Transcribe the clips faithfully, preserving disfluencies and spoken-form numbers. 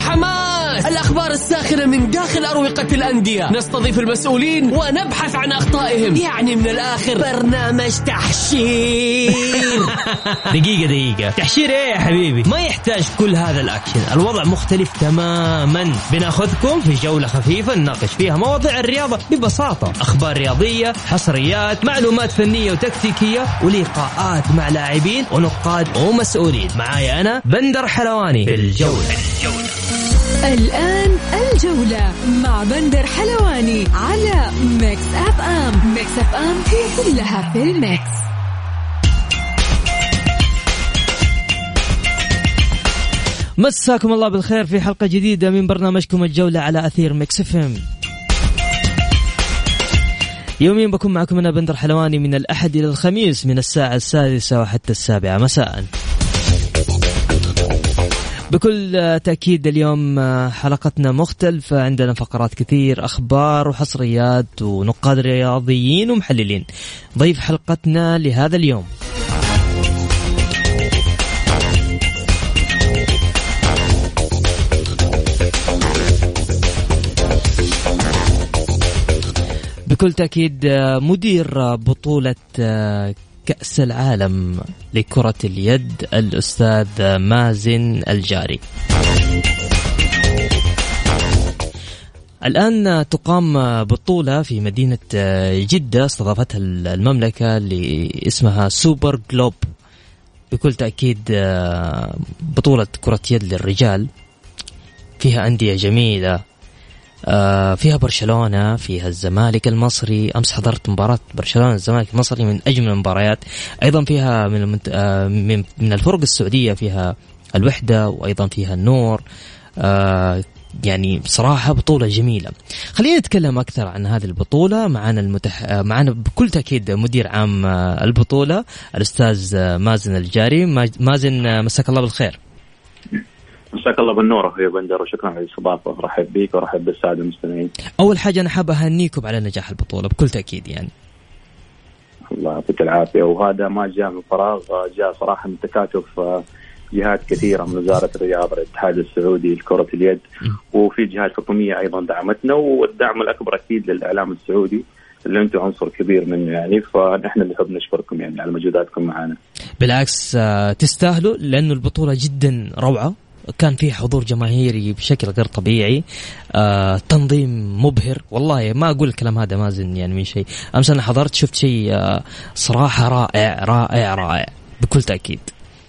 وحماس، الأخبار الساخنة من داخل أروقة الأندية، نستضيف المسؤولين ونبحث عن أخطائهم، يعني من الآخر برنامج تحشير. دقيقة دقيقة، تحشير ايه يا حبيبي؟ ما يحتاج كل هذا الأكشن، الوضع مختلف تماما. بناخذكم في جولة خفيفة نناقش فيها مواضيع الرياضة ببساطة، أخبار رياضية، حصريات، معلومات فنية وتكتيكية، ولقاءات مع لاعبين ونقاد ومسؤولين. معايا أنا بندر حلواني في الجولة. الآن الجولة مع بندر حلواني على ميكس أف أم. ميكس أف أم هي كلها في الميكس. مساكم الله بالخير في حلقة جديدة من برنامجكم الجولة على أثير ميكس أف أم. يوميا بكون معكم أنا بندر حلواني من الأحد إلى الخميس من الساعة السادسة وحتى السابعة مساء. بكل تأكيد اليوم حلقتنا مختلفة، عندنا فقرات كثير، أخبار وحصريات ونقاد رياضيين ومحللين. ضيف حلقتنا لهذا اليوم بكل تأكيد مدير بطولة كأس العالم لكرة اليد الأستاذ مازن الجاري. الآن تقام بطولة في مدينة جدة استضافتها المملكة اللي اسمها سوبر جلوب. بكل تأكيد بطولة كرة يد للرجال، فيها أندية جميلة، فيها برشلونة، فيها الزمالك المصري. أمس حضرت مباراة برشلونة الزمالك المصري من أجمل المباريات. أيضا فيها من من الفرق السعودية، فيها الوحدة وأيضا فيها النور. يعني بصراحة بطولة جميلة. خلينا نتكلم أكثر عن هذه البطولة. معنا المتح... معنا بكل تأكيد مدير عام البطولة الأستاذ مازن الجاري. مازن مساك الله بالخير. مساك الله بالنور يا بندر، وشكرا على الاستضافة. رحب بيك ورحب بالسادة المستمعين. أول حاجة أنا حابة أهنيكم على نجاح البطولة بكل تأكيد. يعني الله يعطيك العافية، وهذا ما جاء من فراغ، جاء صراحة من تكاتف جهات كثيرة من وزارة الرياضة، الاتحاد السعودي لكرة اليد، وفي جهات حكومية أيضا دعمتنا، والدعم الأكبر أكيد للإعلام السعودي اللي أنتم عنصر كبير منه يعني. فنحن اللي نحب نشكركم يعني على مجهوداتكم معنا. بالعكس تستاهلوا، لأنه البطولة جدا روعة، كان فيه حضور جماهيري بشكل غير طبيعي، آه، تنظيم مبهر. والله ما أقول الكلام هذا مازن يعني من شيء. أمس أنا حضرت شفت شيء آه صراحة رائع رائع رائع بكل تأكيد.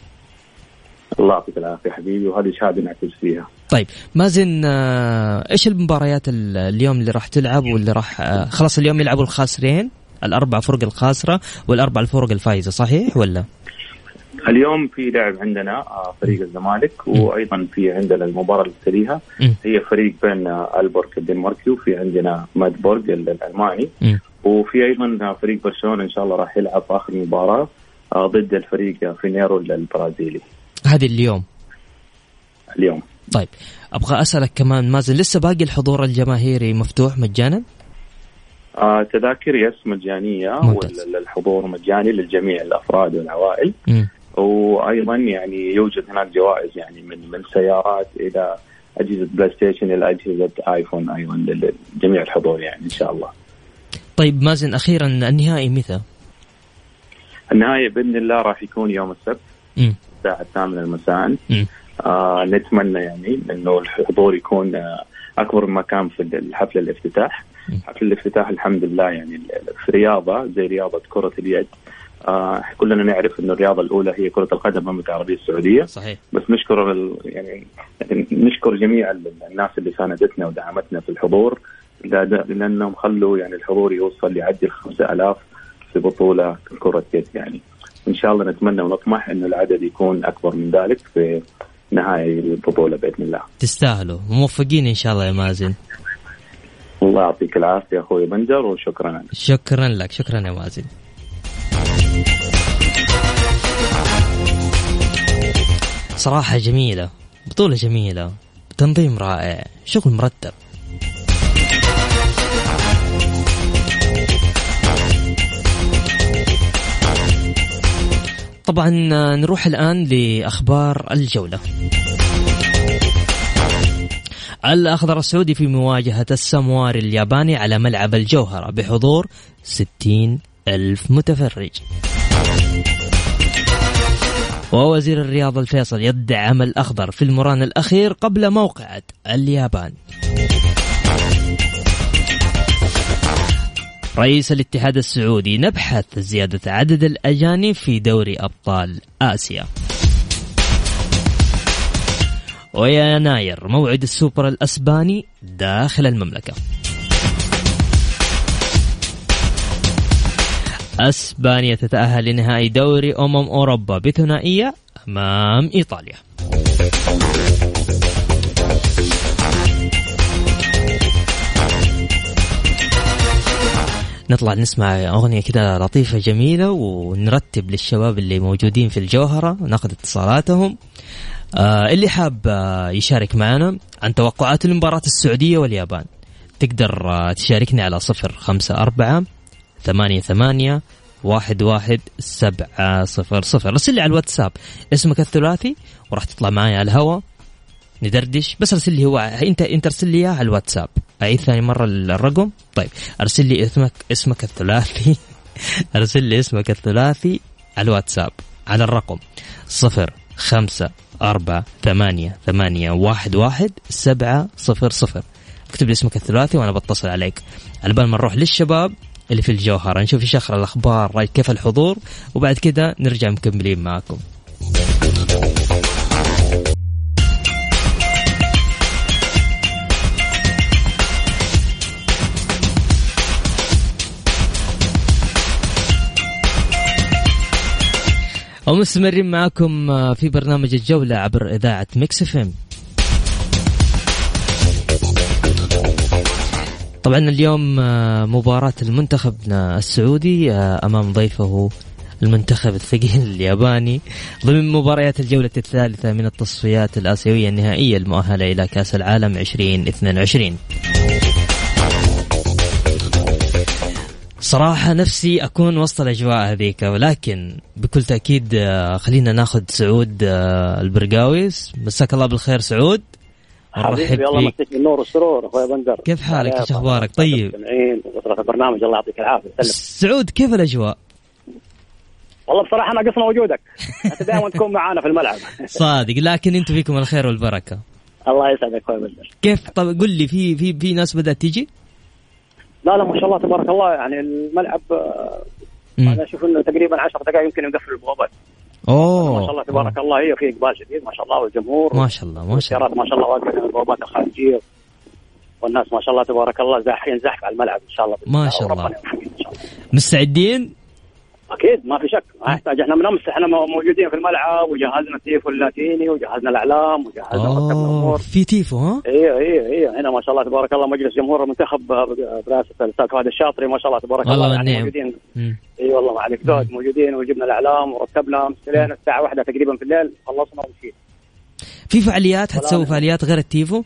الله يعطيك العافية حبيبي، وهذه شهادة نعتز فيها. طيب مازن، آه، إيش المباريات اليوم اللي راح تلعب واللي راح آه خلاص اليوم يلعبوا الخاسرين، الأربع فرق الخاسرة والأربع الفرق الفائزة، صحيح ولا؟ اليوم في لعب عندنا فريق الزمالك، وأيضا في عندنا المباراة اللي تليها هي فريق بين ألبورغ الدنماركي، وفي عندنا مادبورغ الألماني، وفي أيضا فريق برشلونة إن شاء الله راح يلعب آخر مباراة ضد الفريق فينيرو البرازيلي. هذه اليوم اليوم. طيب أبغى أسألك كمان مازن، لسه باقي الحضور الجماهيري مفتوح مجانا؟ آه تذاكر يس مجانية، والحضور مجاني للجميع الأفراد والعوائل. م. وأيضا يعني يوجد هناك جوائز يعني من من سيارات إلى أجهزة بلاي ستيشن إلى أجهزة آيفون أيضا للجميع الحضور يعني إن شاء الله. طيب مازن أخيرا، النهائي متى؟ النهائي بإذن الله راح يكون يوم السبت الساعة الثامنة المساء. آه نتمنى يعني إنه الحضور يكون آه أكبر ما كان في الحفل الافتتاح. حفل الافتتاح الحمد لله يعني في رياضة زي رياضة كرة اليد، آه كلنا نعرف إنه الرياضة الأولى هي كرة القدم بالمملكة العربية السعودية. صحيح. بس نشكر يعني نشكر جميع الناس اللي ساندتنا ودعمتنا في الحضور، لأنهم خلوا يعني الحضور يوصل ليعدي خمسة آلاف في بطولة كرة يد يعني. إن شاء الله نتمنى ونطمح إنه العدد يكون أكبر من ذلك في نهاية البطولة بإذن الله. تستاهلوا، موفقين إن شاء الله يا مازن. الله يعطيك العافية أخوي بندر، وشكرا لك. شكرا لك، شكرا يا مازن. صراحة جميلة، بطولة جميلة، تنظيم رائع، شغل مرتب. طبعا نروح الآن لأخبار الجولة. الأخضر السعودي في مواجهة السمواري الياباني على ملعب الجوهرة بحضور ستين ألف متفرج. ووزير الرياضة الفيصل يدعم الأخضر في المران الأخير قبل موقعة اليابان. رئيس الاتحاد السعودي نبحث زيادة عدد الأجانب في دوري أبطال آسيا. ويا يناير موعد السوبر الأسباني داخل المملكة. أسبانيا تتأهل لنهائي دوري أمم أوروبا بثنائية أمام إيطاليا. نطلع نسمع أغنية كده لطيفة جميلة ونرتب للشباب اللي موجودين في الجوهرة وناخذ اتصالاتهم. آه اللي حاب آه يشارك معنا عن توقعات المباراة السعودية واليابان تقدر آه تشاركني على صفر خمسة أربعة ثمانية ثمانية واحد واحد سبعة صفر صفر. رسل لي على الواتساب اسمك الثلاثي وراح تطلع معي على الهواء ندردش. بس ارسل لي هو انت انت ارسل لي اياه على الواتساب. اعيد ثاني مرة الرقم. طيب ارسل لي اسمك اسمك الثلاثي ارسل لي اسمك الثلاثي على الواتساب على الرقم صفر خمسة أربعة ثمانية ثمانية واحد واحد سبعة صفر صفر. اكتب لي اسمك الثلاثي وانا بتصل عليك على بال ما نروح للشباب اللي في الجوهرة نشوف ايش اخر الاخبار كيف الحضور وبعد كده نرجع مكملين معكم. ومستمرين معكم في برنامج الجولة عبر إذاعة ميكس اف ام. طبعا اليوم مباراة المنتخب السعودي أمام ضيفه المنتخب الثقيل الياباني ضمن مباريات الجولة الثالثة من التصفيات الآسيوية النهائية المؤهلة إلى كأس العالم عشرين اثنين وعشرين. صراحة نفسي أكون وسط الأجواء هذيك ولكن بكل تأكيد خلينا ناخذ سعود البرقاويس. مساك الله بالخير سعود. حبيبي الله يمسيك بالنور والسرور اخويا بندر. كيف حالك ايش اخبارك؟ طيب البرنامج الله يعطيك العافيه. سعود كيف الاجواء؟ والله بصراحه انا قصنا وجودك انت دائما تكون معانا في الملعب صادق لكن انتم فيكم الخير والبركه. الله يسعدك اخويا بندر. كيف طب قل لي في في في ناس بدات تيجي؟ لا لا ما شاء الله تبارك الله يعني الملعب انا اشوف انه تقريبا عشر دقائق يمكن يقفل البوابات. اوه ما شاء الله تبارك الله هي في اقبال شديد ما شاء الله والجمهور ما شاء الله ما شاء الله ما شاء الله واقفين في البوابات الخارجيه والناس ما شاء الله تبارك الله زاحين زحف على الملعب ان شاء الله ما شاء الله. مستعدين؟ اكيد ما في شك ما يحتاج احنا من امس احنا موجودين في الملعب وجهزنا التيفو اللاتيني وجهزنا الاعلام وجهزنا مركب الامور في تيفو ها ايوه ايوه ايوه هنا ما شاء الله تبارك الله مجلس جمهور المنتخب برئاسه الاستاذ فهد الشاطري ما شاء الله تبارك الله يعني موجودين اي أيوة والله ما عليك زود موجودين وجبنا الاعلام ورتبنا مستلين الساعه واحدة تقريبا في الليل خلصنا ومشينا. في فعاليات حتسوي فعاليات غير التيفو؟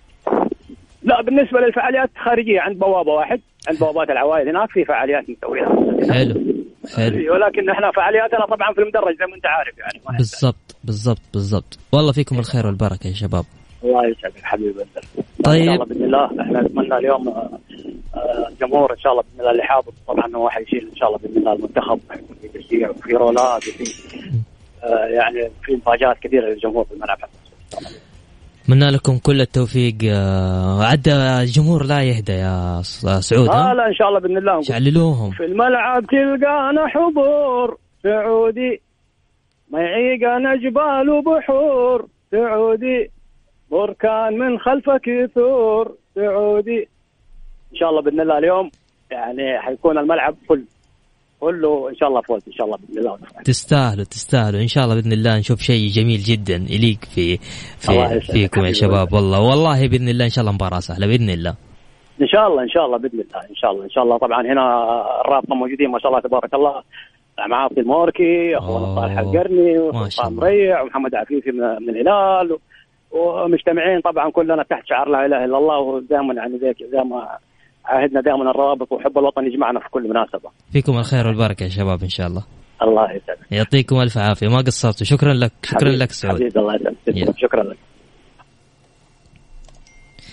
لا بالنسبه للفعاليات خارجيه عند بوابه واحد عند بوابات العوائل هناك في فعاليات مسويها. حلو حلو. ولكن احنا فعالياتنا طبعا في المدرج زي ما انت عارف يعني بالضبط بالضبط بالضبط. والله فيكم الخير والبركه يا شباب. الله يسعدك حبيبي. طيب ان شاء الله باذن الله احنا نتمنى اليوم الجمهور ان شاء الله باذن الله اللي حاضر طبعا انه واحد يشيل ان شاء الله باذن الله المنتخب في تشجيع وفي رولات وفي يعني في مفاجات كثيره للجمهور في الملعب. أتمنى لكم كل التوفيق. عدى الجمهور لا يهدى يا سعود. لا لا إن شاء الله بإذن الله شعللوهم في الملعب تلقانا حضور سعودي ما يعيقنا جبال وبحور سعودي بركان من خلفك يثور سعودي. إن شاء الله بإذن الله اليوم يعني حيكون الملعب فل كله إن شاء الله فوز إن شاء الله بإذن الله. تستاهلوا تستاهلوا إن شاء الله بإذن الله نشوف شيء جميل جدا يليق في في فيكم يا شباب. والله والله بإذن الله إن شاء الله مباراة سهلة بإذن الله. إن شاء الله إن شاء الله بإذن الله إن شاء الله إن شاء الله. طبعا هنا الرابطة موجودين ما شاء الله تبارك الله مع عاطي الموركي أخونا صالح القرني وصام ريع ومحمد عفيفي من الهلال ومجتمعين طبعا كلنا تحت شعار لا إله إلا الله ودائما يعني ذيك زي ما عهدنا دائما الروابط وحب الوطن يجمعنا في كل مناسبة. فيكم الخير والبركة يا شباب إن شاء الله. الله يسعدك. يعطيكم ألف عافية ما قصرتوا. شكرا لك شكرا لك سعود. الله يسعدك شكرا لك.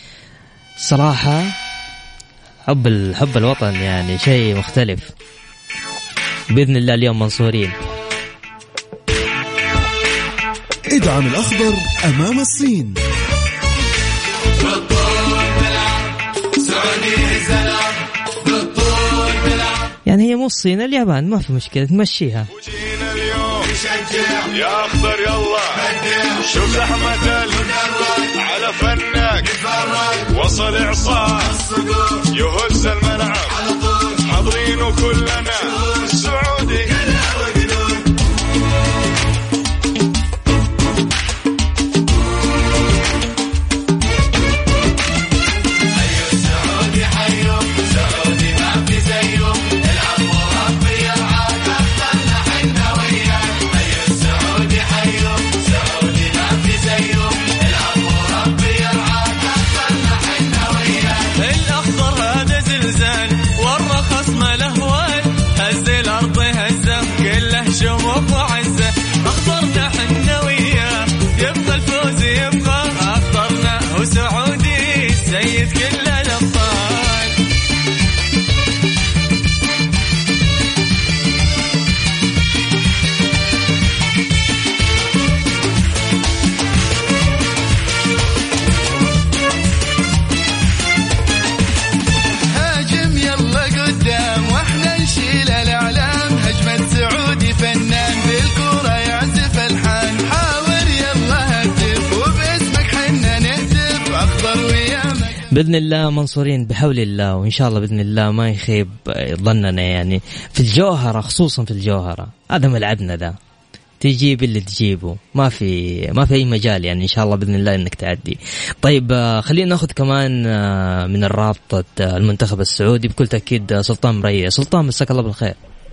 صراحة حب الحب الوطن يعني شيء مختلف. بإذن الله اليوم منصورين. ادعم الأخضر أمام الصين. يعني هي مو الصين، اليابان، ما في مشكلة تمشيها. يا أخضر يلا شوف زحمة على فنك وصل إعصار يهز الملعب حاضرين وكلنا سعودي. بإذن الله منصورين بحول الله، وإن شاء الله بإذن الله ما يخيب ظننا يعني في الجوهرة، خصوصا في الجوهرة هذا ملعبنا ذا، تجيب اللي تجيبه، ما في ما في أي مجال يعني إن شاء الله بإذن الله إنك تعدي. طيب خلينا نأخذ كمان من الرابطة المنتخب السعودي بكل تأكيد سلطان مريع. سلطان مساك الله بالخير.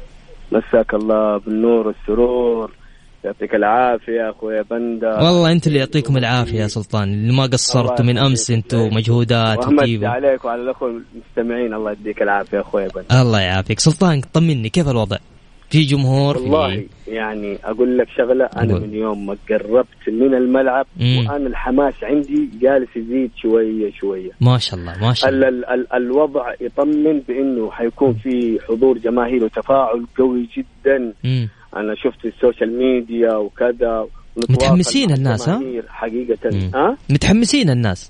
مساك الله بالنور والسرور، يعطيك العافية يا أخويا بندر. والله أنت اللي يعطيكم العافية يا سلطان، اللي ما قصرتوا من أمس أنتوا مجهودات وأحمد عليك وعلى الأخوة المستمعين، الله يديك العافية يا أخويا بندر. الله يعافيك. سلطان طمني كيف الوضع؟ في جمهور؟ والله في... يعني أقول لك شغلة، أنا أقول. من يوم ما قربت من الملعب مم. وأنا الحماس عندي جالس يزيد شوية شوية ما شاء الله ما شاء الله. ال- ال- الوضع يطمن بأنه حيكون في حضور جماهيري وتفاعل قوي جدا. مم. أنا شفت السوشيال ميديا وكذا، متحمسين الناس ها؟ حقيقة ها؟ متحمسين الناس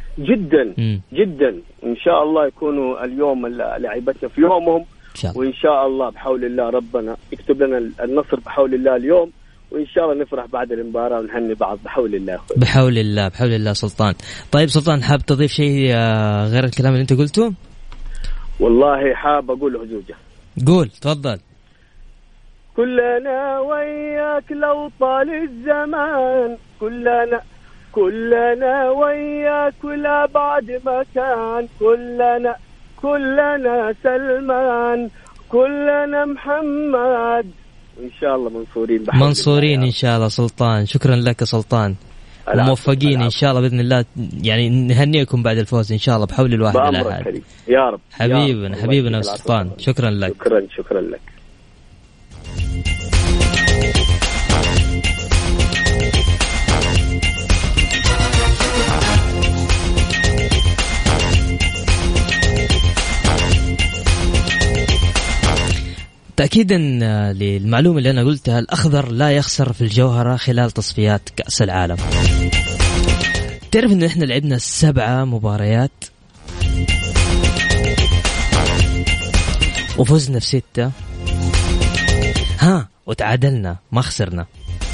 جدا مم. جدا. إن شاء الله يكونوا اليوم لعيبتنا في يومهم، وإن شاء الله بحول الله ربنا يكتب لنا النصر بحول الله اليوم، وإن شاء الله نفرح بعد المباراة ونهني بعض بحول الله. بحول الله بحول الله. سلطان طيب سلطان حاب تضيف شيء غير الكلام اللي أنت قلته؟ والله حاب أقول هزوجة. قول تفضل. كلنا وياك لو طال الزمان، كلنا كلنا وياك ولا بعد مكان، كلنا كلنا سلمان، كلنا محمد، إن شاء الله منصورين منصورين إن شاء الله. سلطان شكرا لك سلطان، وموفقين إن شاء الله بإذن الله، يعني نهنيكم بعد الفوز إن شاء الله بحول الواحد الأحد يا رب. حبيبنا حبيبنا سلطان شكرا لك. شكرا شكرا لك. تأكيدا للمعلومة اللي أنا قلتها، الأخضر لا يخسر في الجوهرة خلال تصفيات كأس العالم. تعرف إن إحنا لعبنا سبعة مباريات وفزنا في ستة، ها وتعادلنا ما خسرنا.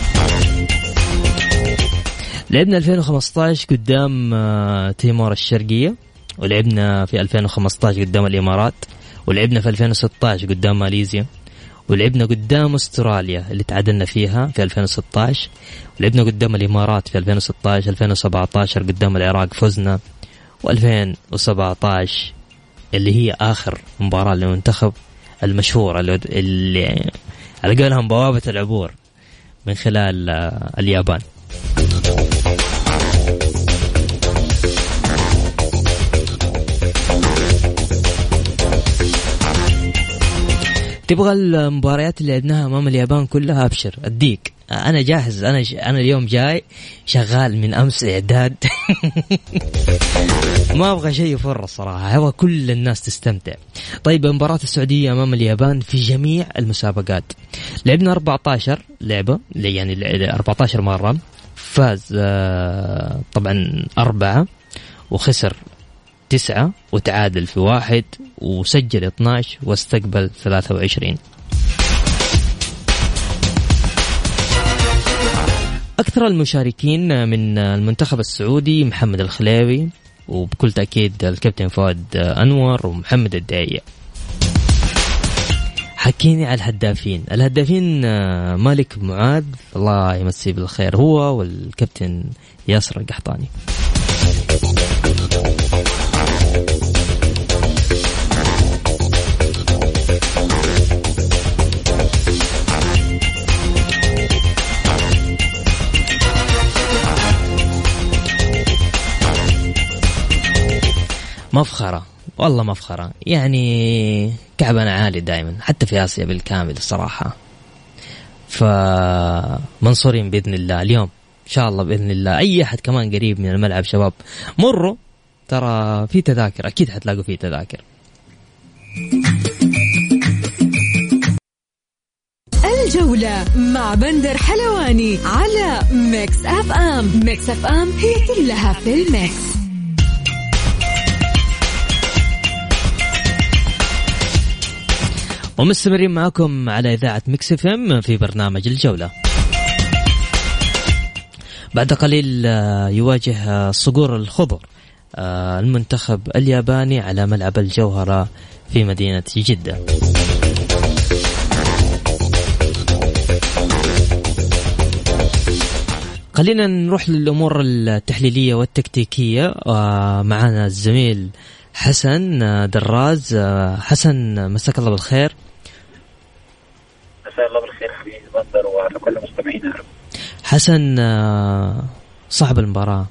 لعبنا ألفين وخمسة عشر قدام تيمور الشرقية، ولعبنا في ألفين وخمسة عشر قدام الإمارات، ولعبنا في ألفين وستة عشر قدام ماليزيا، ولعبنا قدام استراليا اللي تعادلنا فيها في ألفين وستة عشر، ولعبنا قدام الإمارات في ألفين وستة عشر، ألفين وسبعة عشر قدام العراق فزنا، وألفين وسبعة عشر اللي هي آخر مباراة للمنتخب المشهورة اللي على قولهم بوابة العبور من خلال اليابان. تبغى المباريات اللي لعبناها امام اليابان كلها؟ ابشر اديك، انا جاهز. انا ج... انا اليوم جاي شغال من امس اعداد ما أبغى شيء يفر الصراحة، هو كل الناس تستمتع. طيب مباراة السعودية أمام اليابان في جميع المسابقات، لعبنا أربعة عشر لعبة، يعني أربعة عشر مرة، فاز طبعا أربعة وخسر تسعة وتعادل في واحد وسجل اثنا عشر واستقبل ثلاثة وعشرين. أكثر المشاركين من المنتخب السعودي محمد الخليوي، وبكل تأكيد الكابتن فؤاد أنور ومحمد الداعية. حكيني على الهدافين. الهدافين مالك معاذ الله يمسيه بالخير، هو والكابتن ياسر القحطاني. مفخرة والله مفخرة، يعني كعبنا عالي دائما حتى في آسيا بالكامل الصراحة. فمنصورين بإذن الله اليوم إن شاء الله بإذن الله. أي أحد كمان قريب من الملعب شباب مروا، ترى في تذاكر أكيد حتلاقوا في تذاكر. الجولة مع بندر حلواني على ميكس أف أم. ميكس أف أم هي كلها في الميكس. ومستمرين معكم على إذاعة ميكس اف ام في برنامج الجولة. بعد قليل يواجه صقور الخضر المنتخب الياباني على ملعب الجوهرة في مدينة جدة. خلينا نروح للأمور التحليلية والتكتيكية. معنا الزميل حسن دراز. حسن مساك الله بالخير. مساء الله بالخير حبيبي بندر وعلى كل مستمعينا. حسن صعب المباراة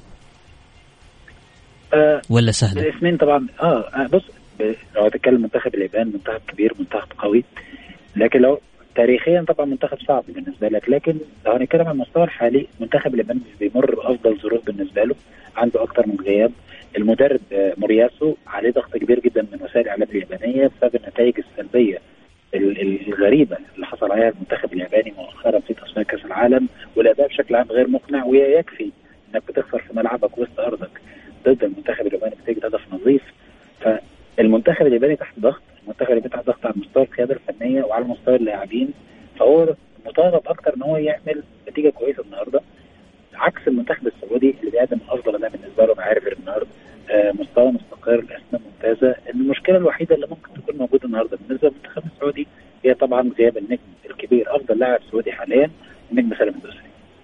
أه ولا سهلة؟ الاثنين طبعا. اه بص، لو هتكلم منتخب اليابان منتخب كبير منتخب قوي، لكن لو تاريخيا طبعا منتخب صعب بالنسبة لك، لكن لو هنتكلم عن المستوى الحالي منتخب اليابان بيمر بأفضل ظروف بالنسبة له، عنده أكتر من غياب. المدرب مورياسو عليه ضغط كبير جدا من وسائل الإعلام اليابانية بسبب النتائج السلبية الغريبة اللي حصل عليها المنتخب الياباني مؤخرا في تصفيات كأس العالم، والأداء بشكل عام غير مقنع. ويكفي إنك بتخسر في ملعبك وسط أرضك ضد المنتخب الياباني بتجد هدف نظيف. فالمنتخب الياباني تحت ضغط، المنتخب الياباني تحت ضغط على مستوى القيادة الفنية وعلى مستوى اللاعبين، فهو مطالب أكتر إن هو يعمل نتيجة كويسة النهاردة، عكس المنتخب السعودي اللي بيقدم افضل اداء بالنسبه له. معارف النهارده آه مستوى مستقر، الاسماء ممتازه. المشكله الوحيده اللي ممكن تكون موجوده النهارده بالنسبه للمنتخب السعودي هي طبعا غياب النجم الكبير، افضل لاعب سعودي حاليا النجم سالم الدوسري.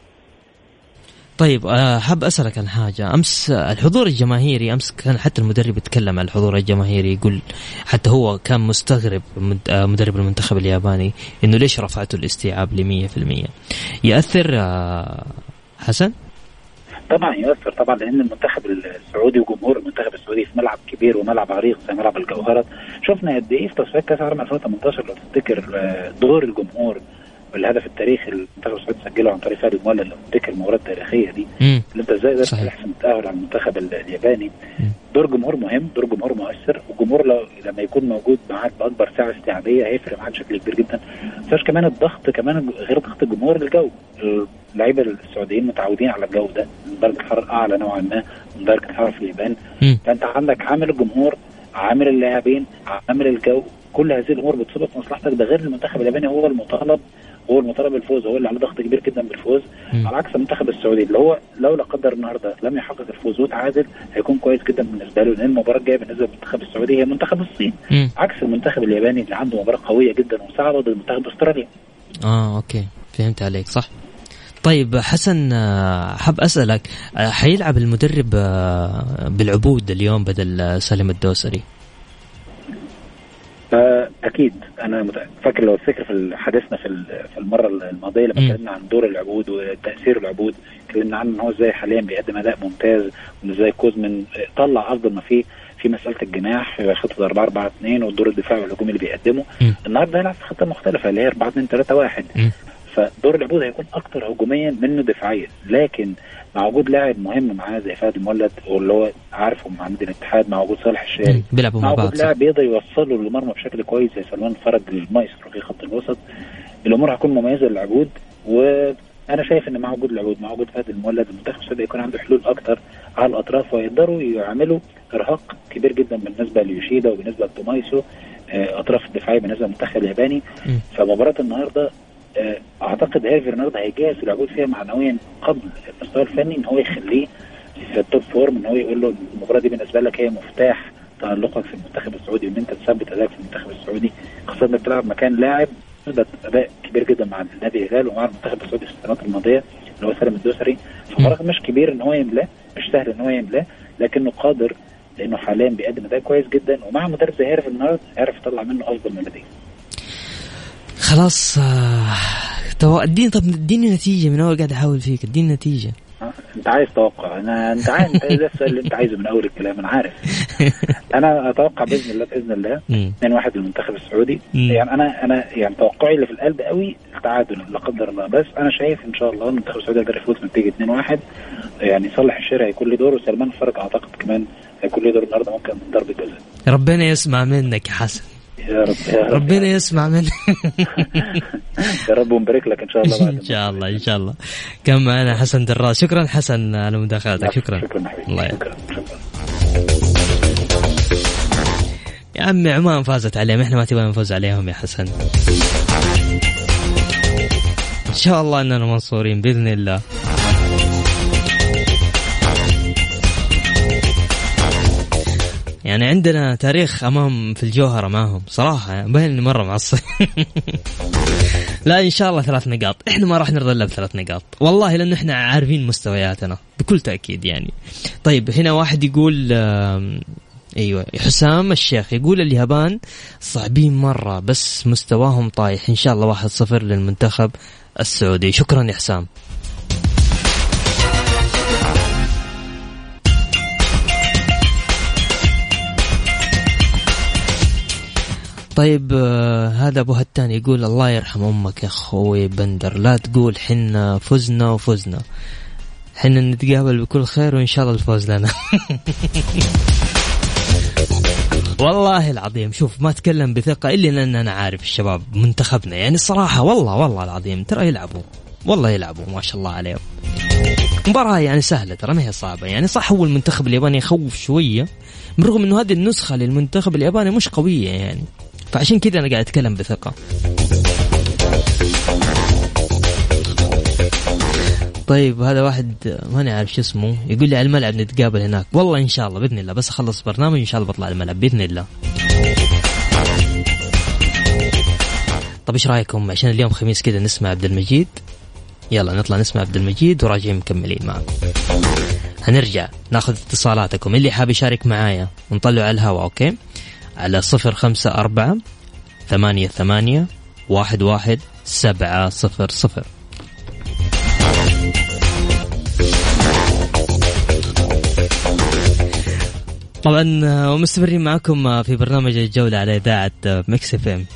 طيب حاب اسالك عن حاجه. امس الحضور الجماهيري، امس كان حتى المدرب يتكلم عن الحضور الجماهيري، يقول حتى هو كان مستغرب مدرب المنتخب الياباني انه ليش رفعته الاستيعاب لمية في المية. يأثر حسن؟ طبعا يؤثر طبعا، لان المنتخب السعودي وجمهور المنتخب السعودي في ملعب كبير وملعب عريق زي ملعب الجوهرة. شفنا قد ايه في تصفيات كاس العالم ألفين وثمانية عشر لو تفتكر دور الجمهور والهدف التاريخي اللي المنتخب السعودي سجله عن طريق فادي مولد، لو تفتكر المباراه التاريخيه دي اللي انت ازاي قدرت تحسم التاهل على المنتخب الياباني. مم. دور جمهور مهم، دور جمهور مؤثر، والجمهور لو لما يكون موجود معاك باكبر سعه استيعابيه هيفرق معاك بشكل كبير جدا. فاش كمان الضغط، كمان غير ضغط الجمهور، الجو. اللعيبه السعوديين متعودين على الجو ده، درجه الحراره اعلى نوعا ما من درجه الحراره في اليابان. مم. فانت عندك عامل الجمهور، عامل اللاعبين، عامل الجو، كل هذه الامور بتصب في مصلحتك. ده غير المنتخب الياباني هو المطالب هو المطالب بالفوز، هو اللي عليه ضغط كبير جدا بالفوز، م. على عكس المنتخب السعودي اللي هو لو لا قدر النهارده لم يحقق الفوز وتعادل هيكون كويس جدا بالنسبه له، لان المباراه الجايه بالنسبه للمنتخب السعودي هي منتخب الصين، م. عكس المنتخب الياباني اللي عنده مباراه قويه جدا وصعبه ضد المنتخب استراليا. اه اوكي فهمت عليك صح. طيب حسن حاب اسالك، حيلعب المدرب بالعبود اليوم بدل سالم الدوسري؟ أكيد. أنا فاكر لو فكر في حديثنا في المرة الماضية لما اتكلمنا عن دور العبود وتأثير العبود، اتكلمنا عن إن هو إزاي حاليا بيقدم أداء ممتاز، وإن إزاي كوزمن طلع أفضل ما فيه في مسألة الجناح في خطة أربعة أربعة اثنين والدور الدفاعي والهجومي اللي بيقدمه. م. النهارده هيلعب في خطة مختلفة اللي هي أربعة اثنين ثلاثة واحد. فدور العبود هيكون اكتر هجوميا منه دفاعيا، لكن مع وجود لاعب مهم معاه زي فهد المولد واللي هو عارفه مع نادي الاتحاد، مع وجود صالح الشاري، مع وجود لاعب بيقدر يوصله للمرمى بشكل كويس زي سلمان فرج المايسترو في خط الوسط، الامور هتكون مميزه للعبود. وانا شايف ان مع وجود العبود مع وجود فهد المولد المنتخب السعودي يكون عنده حلول اكتر على الاطراف، ويقدروا يعملوا ارهاق كبير جدا بالنسبه ليوشيدا وبالنسبه لتومايسو اطراف الدفاعيه بالنسبه للمنتخب الياباني. فمباراه النهارده اعتقد هيرفي النهارده هيجهز العبود فيها معنويا قبل المستوى الفني، ان هو يخليه في التوب فورم، ان هو يقول له المباراه دي بالنسبه لك هي مفتاح تألقك في المنتخب السعودي، وان انت تثبت ادائك في المنتخب السعودي، خاصه انك بتلعب مكان لاعب اثبت اداء كبير جدا مع النادي الهلال ومع المنتخب السعودي في السنوات الماضيه اللي هو سالم الدوسري. ففرق مش كبير ان هو يملاه، مش سهل ان هو يملاه، لكنه قادر لانه حاليا بيقدم اداء كويس جدا، ومع مدرب زي هيرفي النهارده عرف يطلع منه افضل ما لديه. خلاص تو اديني، طب اديني نتيجه من اول، قاعد احاول فيك اديني نتيجه. انت عايز توقع؟ انا انت عارف انت ده السؤال اللي انت عايزه من اول الكلام، انا عارف. انا اتوقع باذن الله باذن الله اثنين واحد للمنتخب السعودي. يعني انا انا يعني توقعي اللي في القلب قوي التعادل لا قدر الله، بس انا شايف ان شاء الله المنتخب السعودي يقدر يفوز بنتيجه اثنين واحد. يعني صالح الشارع هيكون له دور، وسلمان فرج اعتقد كمان هيكون له دور النهارده، ممكن من ضربه جزاء. ربنا يسمع منك يا حسن، يا رب يا رب ربنا يسمع منك يا رب، ونبارك لك ان شاء الله بعد ان شاء الله ان شاء الله. كم معنا حسن دراس. شكرا حسن على مداخلتك. شكرا شكرا حبيبي. الله شكرا. يا عمي عمان فازت عليهم، احنا ما تبغى نفوز عليهم يا حسن. ان شاء الله اننا منصورين باذن الله. يعني عندنا تاريخ أمام في الجوهرة معهم صراحة، يعني باين إني مرة معصب. لا إن شاء الله ثلاث نقاط، إحنا ما راح نرضى إلا بثلاث نقاط والله، لأنه إحنا عارفين مستوياتنا بكل تأكيد يعني. طيب هنا واحد يقول أيوة حسام الشيخ يقول اليابان صعبين مرة بس مستواهم طايح، إن شاء الله واحد صفر للمنتخب السعودي. شكرا يا حسام. طيب آه هذا أبو هتان يقول الله يرحم أمك يا أخوي بندر، لا تقول حنا فزنا وفزنا، حنا نتقابل بكل خير وإن شاء الله الفوز لنا. والله العظيم شوف ما أتكلم بثقة إلا لأن أنا عارف الشباب منتخبنا يعني الصراحة والله والله العظيم ترى يلعبوا والله يلعبوا ما شاء الله عليهم. مباراة يعني سهلة ترى ما هي صعبة، يعني صح هو المنتخب الياباني يخوف شوية بالرغم إنه هذه النسخة للمنتخب الياباني مش قوية يعني، فعشان كذا أنا قاعد أتكلم بثقة. طيب هذا واحد ما نعرف شو اسمه يقول لي على الملعب نتقابل هناك، والله إن شاء الله بإذن الله، بس أخلص برنامج إن شاء الله بطلع الملعب بإذن الله. طب إيش رأيكم عشان اليوم خميس كذا نسمع عبد المجيد؟ يلا نطلع نسمع عبد المجيد وراجعين مكملين معكم. هنرجع ناخذ اتصالاتكم اللي حاب يشارك معايا ونطلع على الهواء أوكي على صفر خمسة أربعة ثمانية ثمانية واحد واحد سبعة صفر صفر. طبعا ومستمرين معكم في برنامج الجولة على إذاعة ميكس اف ام.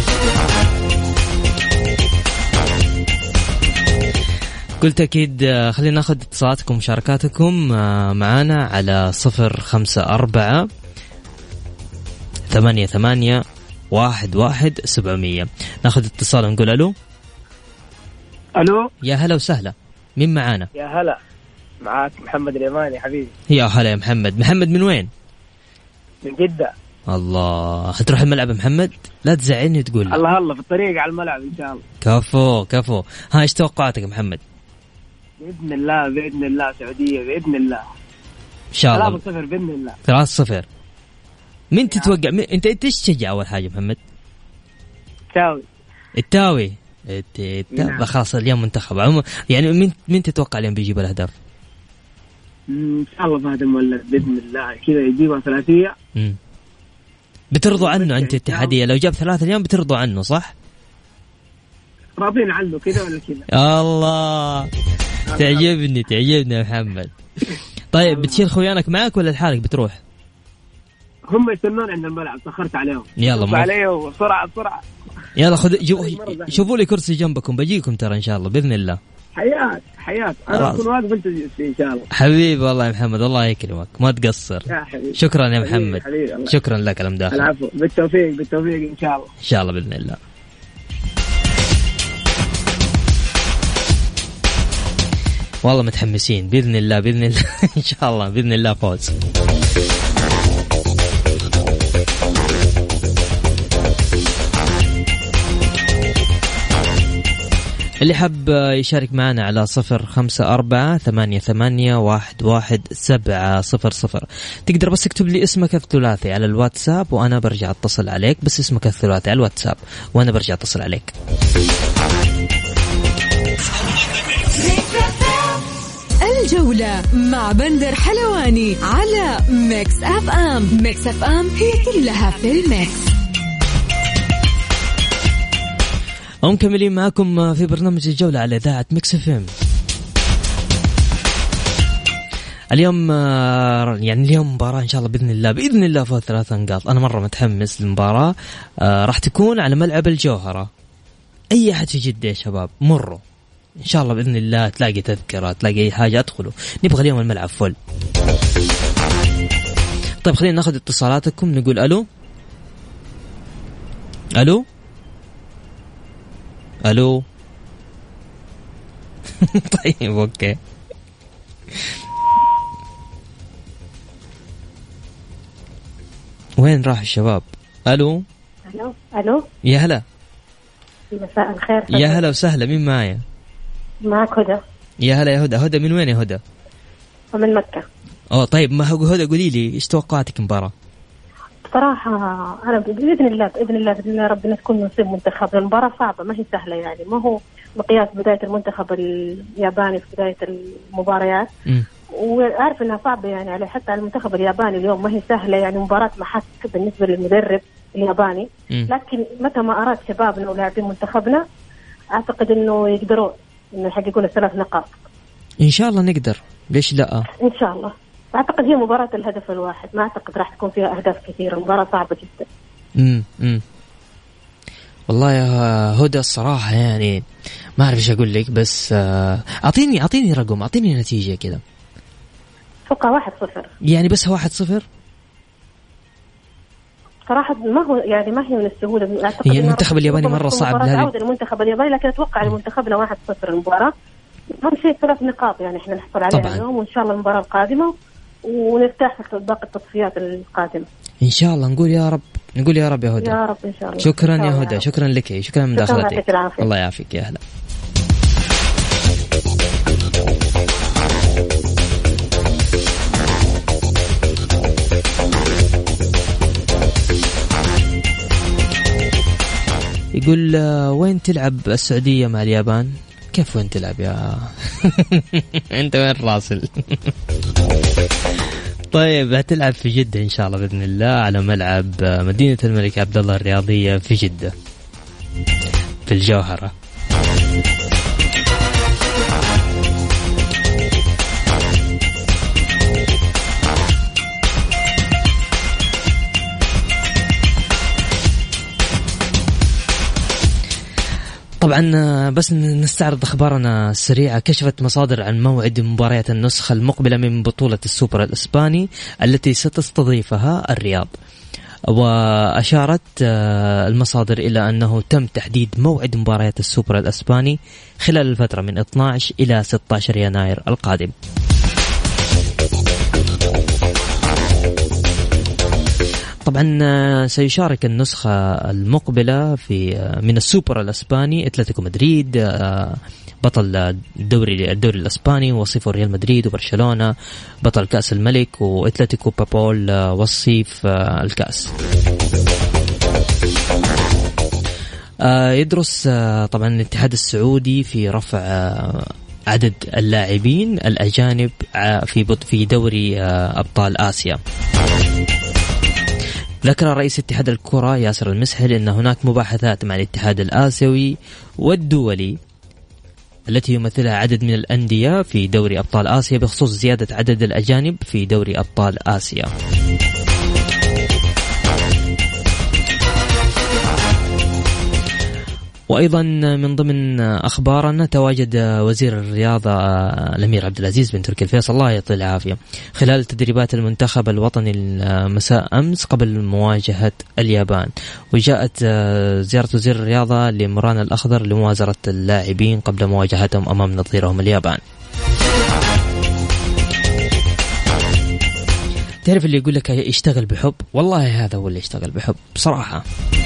قلت أكيد خلينا ناخذ اتصالاتكم ومشاركاتكم معنا على صفر خمسة أربعة ثمانية ثمانية واحد واحد سبعمية. ناخذ اتصال ونقول ألو. ألو يا هلا وسهلا، مين معانا؟ يا هلا معاك محمد اليماني حبيبي. يا هلا يا محمد. محمد من وين؟ من جدة. الله هتروح الملعب محمد؟ لا تزعلني تقول. الله الله في الطريق على الملعب إن شاء الله. كفو كفو. ها إيش توقعاتك محمد؟ بإذن الله بإذن الله سعودية بإذن الله إن شاء الله. ثلاثة صفر بإذن الله. ثلاثة صفر. مين تتوقع مين... أنت إيش تشجع أول حاجة محمد؟ التاوي. التاوي. التاوي خلاص اليوم منتخب عمو... يعني مين مين تتوقع اليوم بيجيب الأهداف؟ إن شاء الله فهد المولد بإذن الله كذا يجيبها ثلاثية. امم بترضوا عنه أنت اتحادية لو جاب ثلاثة اليوم بترضوا عنه صح؟ راضين عنه كذا ولا كذا؟ الله تعجبني تعجبني يا محمد. طيب بتشيل خويانك معك ولا لحالك بتروح؟ هم يستنون عند الملعب، تأخرت عليهم. يلا مو عليه بسرعة بسرعة. يلا خذ جو... شوفوا لي كرسي جنبكم، بجيكم ترى إن شاء الله بإذن الله. حياك حياك، أنا أكون واقف أنت إن شاء الله. حبيبي والله يا محمد، الله يكرمك، ما تقصر. يا حبيبي. شكرا يا محمد. حبيبي حبيبي. شكرا لك على المداخلة. العفو، بالتوفيق بالتوفيق إن شاء الله. إن شاء الله بإذن الله. والله متحمسين بإذن الله بإذن الله إن شاء الله بإذن الله فوز. اللي حب يشارك معنا على صفر خمسة أربعة ثمانية ثمانية واحد واحد سبعة صفر صفر. تقدر بس تكتب لي اسمك الثلاثي على الواتساب وأنا برجع أتصل عليك. بس اسمك الثلاثي على الواتساب وأنا برجع أتصل عليك. الجولة مع بندر حلواني على ميكس أف أم. ميكس أف أم هي كلها في الميكس. ومكملين معكم في برنامج الجولة على إذاعة ميكس اف ام. اليوم يعني اليوم مباراة إن شاء الله بإذن الله بإذن الله فوز ثلاثة نقاط. أنا مرة متحمس للمباراة. راح تكون على ملعب الجوهرة. أي أحد في جدة يا شباب مروا إن شاء الله بإذن الله، تلاقي تذكرة تلاقي أي حاجة أدخلوا. نبغى اليوم الملعب فل. طيب خلينا ناخذ اتصالاتكم. نقول ألو ألو ألو طيب أوكي. وين راح الشباب؟ ألو ألو ألو يا هلا. مساء الخير. يا هلا وسهلا. مين معايا؟ معك هدى. يا هلا يا هدى. هدى من وين يا هدى؟ من مكة. أوه طيب ما هو هدى قولي لي إيش توقعاتك مباراة؟ بصراحة أنا بإذن الله بإذن الله بإذن الله ربنا تكون نصيب منتخب. المباراة صعبة ما هي سهلة يعني، ما هو مقياس بداية المنتخب الياباني في بداية المباريات. م. وعارف إنها صعبة يعني على حتى على المنتخب الياباني اليوم ما هي سهلة يعني، مباراة محك بالنسبة للمدرب الياباني. م. لكن متى ما أراد شبابنا ولاعبين منتخبنا أعتقد إنه يقدرون إنه يحققون الثلاث نقاط. إن شاء الله نقدر، ليش لا؟ إن شاء الله. أعتقد هي مباراة الهدف الواحد، ما أعتقد راح تكون فيها أهداف كثيرة. مباراة صعبة جدا. امم امم والله يا هدى الصراحة يعني ما أعرف إيش أقول لك، بس أعطيني أعطيني رقم، أعطيني نتيجة كذا. أتوقع واحد صفر يعني. بس واحد صفر صراحة ما هو يعني ما هي من السهولة. أعتقد هي المنتخب الياباني مرة صعب. عودة المنتخب الياباني، لكن أتوقع المنتخبنا واحد صفر المباراة. أهم شيء ثلاث نقاط يعني إحنا نحصل عليها طبعاً اليوم، وإن شاء الله المباراة القادمة ونرتاح في باقي التصفيات القادمة إن شاء الله. نقول يا رب، نقول يا رب يا هدى. يا رب إن شاء الله. شكرا يا هدى، شكرا لك، شكرا من داخلتك. الله يعافيك. يا هلا. يقول وين تلعب السعودية مع اليابان؟ كيف وين تلعب يا انت وين راسل؟ طيب هتلعب في جدة إن شاء الله بإذن الله على ملعب مدينة الملك عبد الله الرياضية في جدة في الجوهرة. طبعا بس نستعرض أخبارنا السريعة. كشفت مصادر عن موعد مباريات النسخة المقبلة من بطولة السوبر الإسباني التي ستستضيفها الرياض. وأشارت المصادر إلى أنه تم تحديد موعد مباريات السوبر الإسباني خلال الفترة من اثني عشر إلى ستة عشر يناير القادم. طبعا سيشارك النسخة المقبلة في من السوبر الإسباني أتلتيكو مدريد بطل الدوري الدوري الإسباني، وصيف ريال مدريد وبرشلونة بطل كأس الملك، وأتلتيكو بابول وصيف الكأس. يدرس طبعا الاتحاد السعودي في رفع عدد اللاعبين الأجانب في في دوري أبطال آسيا. ذكر رئيس اتحاد الكرة ياسر المسحل أن هناك مباحثات مع الاتحاد الآسيوي والدولي التي يمثلها عدد من الأندية في دوري أبطال آسيا بخصوص زيادة عدد الأجانب في دوري أبطال آسيا. وأيضا من ضمن أخبارنا تواجد وزير الرياضة الأمير عبد العزيز بن تركي الفيصل الله يعطيه العافية خلال تدريبات المنتخب الوطني مساء أمس قبل مواجهة اليابان. وجاءت زيارة وزير الرياضة لمران الأخضر لموازرة اللاعبين قبل مواجهتهم أمام نظيرهم اليابان. تعرف اللي يقول لك يشتغل بحب، والله هذا هو اللي يشتغل بحب بصراحة.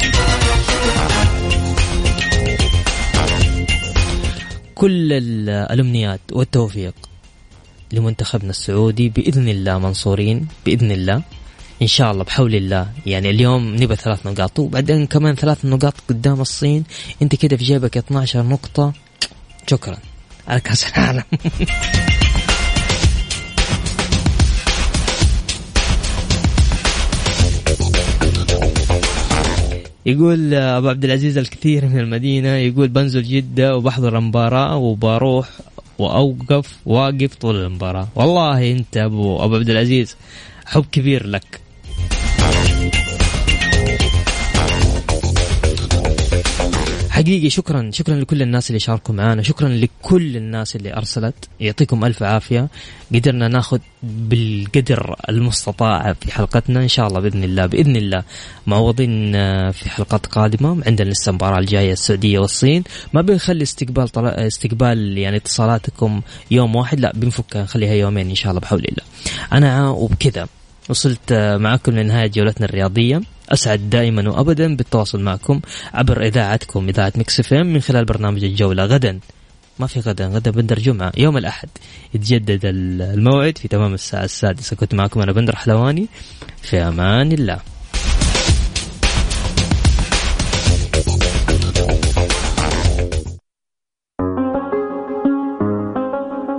كل الأمنيات والتوفيق لمنتخبنا السعودي بإذن الله، منصورين بإذن الله إن شاء الله بحول الله. يعني اليوم نبى ثلاث نقاط وبعدين كمان ثلاث نقاط قدام الصين، انت كده في جيبك اثنتي عشرة نقطة، شكرا على كأس العالم. يقول أبو عبد العزيز الكثير من المدينة، يقول بنزل جدة وبحضر المباراة وبروح وأوقف واقف طول المباراة. والله أنت أبو أبو عبد العزيز حب كبير لك. حقيقي شكرا شكرا لكل الناس اللي شاركوا معنا، شكرا لكل الناس اللي أرسلت، يعطيكم ألف عافية. قدرنا ناخذ بالقدر المستطاع في حلقتنا إن شاء الله بإذن الله بإذن الله معوضين في حلقات قادمة. عندنا لسه مباراة الجاية السعودية والصين، ما بنخلي استقبال طلا... استقبال يعني اتصالاتكم يوم واحد، لا بنفكها نخليها يومين إن شاء الله بحول الله. أنا وبكذا وصلت معكم لنهاية جولتنا الرياضية. أسعد دائما وأبدا بالتواصل معكم عبر إذاعتكم إذاعة ميكس إف إم من خلال برنامج الجولة. غدا ما في غدا غدا بندر جمعة يوم الأحد يتجدد الموعد في تمام الساعة السادسة. كنت معكم أنا بندر حلواني، في أمان الله.